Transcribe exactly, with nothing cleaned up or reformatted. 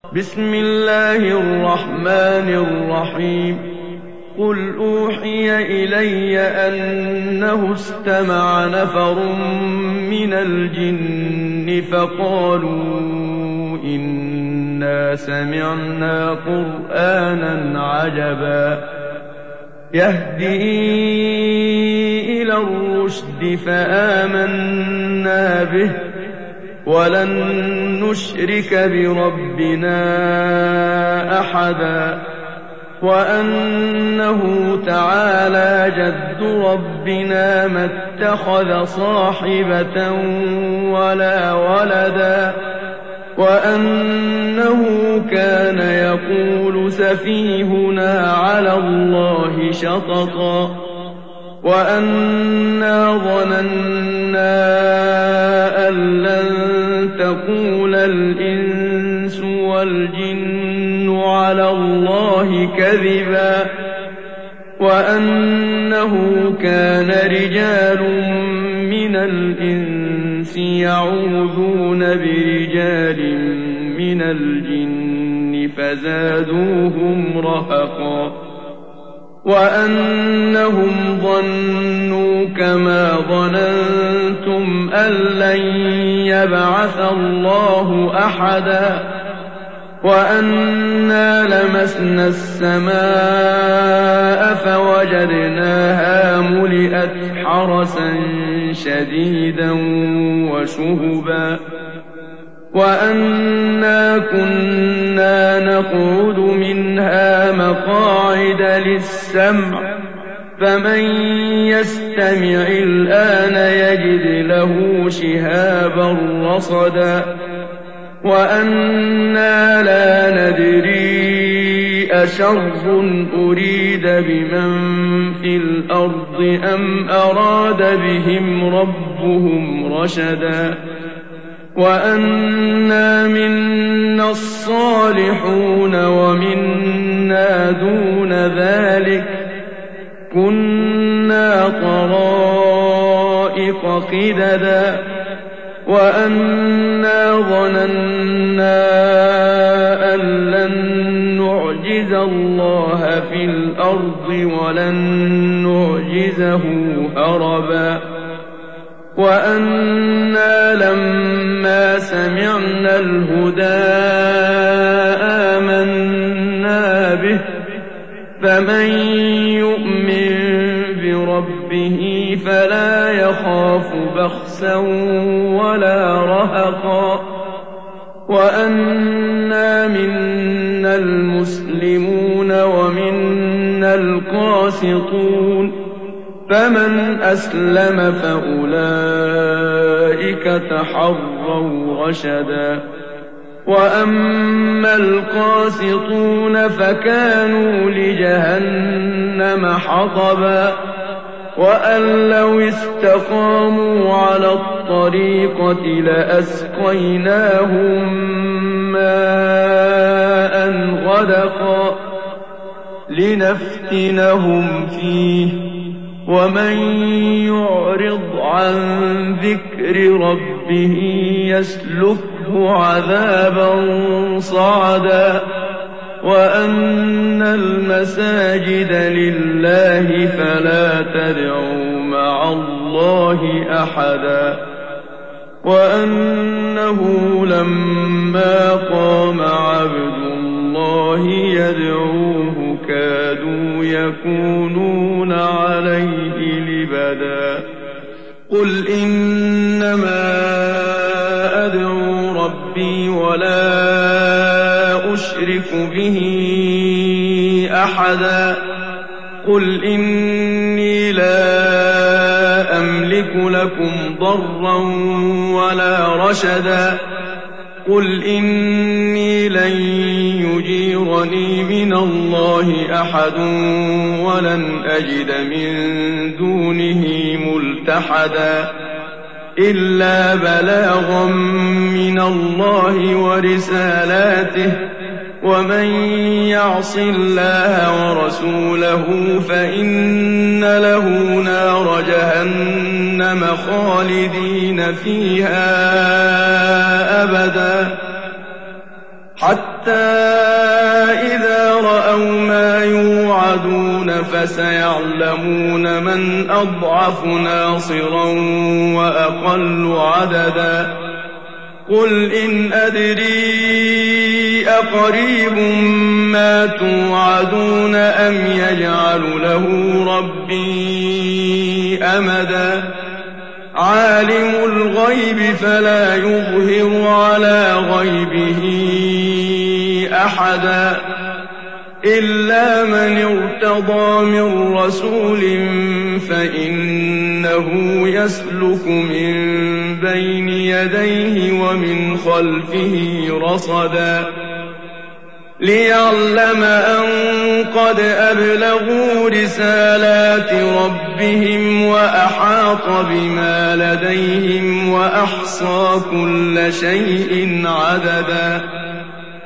بسم الله الرحمن الرحيم قل أوحي إلي أنه استمع نفر من الجن فقالوا إنا سمعنا قرآنا عجبا يهدي إلى الرشد فآمنا به ولن نشرك بربنا أحدا وأنه تعالى جد ربنا ما اتخذ صاحبة ولا ولدا وأنه كان يقول سفيهنا على الله شططا وأنا ظننا أن لن تقول الإنس والجن على الله كذبا وأنه كان رجال من الإنس يعوذون برجال من الجن فزادوهم رهقا وأنهم ظنوا كما ظننتم أن لن يبعث الله أحدا وأنا لمسنا السماء فوجدناها ملئت حرسا شديدا وشهبا وأنا كنا نقعد منها مقاعد للسمع فمن يستمع الآن يجد له شهابا رصدا وأنا لا ندري أشر أريد بمن في الأرض أم أراد بهم ربهم رشدا وأنا منا الصالحون ومنا دون ذلك كنا طرائق قددا وأنا ظننا أن لن نعجز الله في الأرض ولن نعجزه هربا وأنا لما سمعنا الهدى آمنا به فمن يؤمن بربه فلا يخاف بخسا ولا رهقا وأنا منا المسلمون ومنا القاسطون فمن أسلم فأولئك تحروا رشدا وأما القاسطون فكانوا لجهنم حطبا وأن لو استقاموا على الطريقة لأسقيناهم ماء غدقا لنفتنهم فيه ومن يعرض عن ذكر ربه يسلكه عذابا صعدا وأن المساجد لله فلا تدعوا مع الله أحدا وأنه لما قام عبد الله يدعوه كادوا يكونون عليه لبدا قل إنما أدعو ربي ولا أشرك به أحدا قل إني لا أملك لكم ضرا ولا رشدا قل إني لن يجيرني من الله أحد ولن أجد من دونه ملتحدا إلا بلاغا من الله ورسالاته ومن يعص الله ورسوله فإن له نار جهنم خالدين فيها أبدا حتى حَتَّىٰ إِذَا رَأَوْا مَا يُوعَدُونَ فَسَيَعْلَمُونَ مَنْ أَضْعَفُ نَاصِرًا وَأَقَلُّ عَدَدًا قُلْ إِنْ أَدْرِي أَقَرِيبٌ مَّا تُوعَدُونَ أَمْ يَجْعَلُ لَهُ رَبِّي أَمَدًا عَالِمُ الْغَيْبِ فَلَا يُظْهِرُ عَلَىٰ غَيْبِهِ أَحَدًا إِلَّا مَنِ ارْتَضَىٰ مِن رَّسُولٍ فَإِنَّهُ يَسْلُكُ مِن بَيْنِ يَدَيْهِ وَمِنْ خَلْفِهِ رَصَدًا لِّيَعْلَمَ أَن قَدْ أَبْلَغُوا رِسَالَاتِ رَبِّهِمْ وَأَحَاطَ بِمَا لَدَيْهِمْ وَأَحْصَىٰ كُلَّ شَيْءٍ عَدَدًا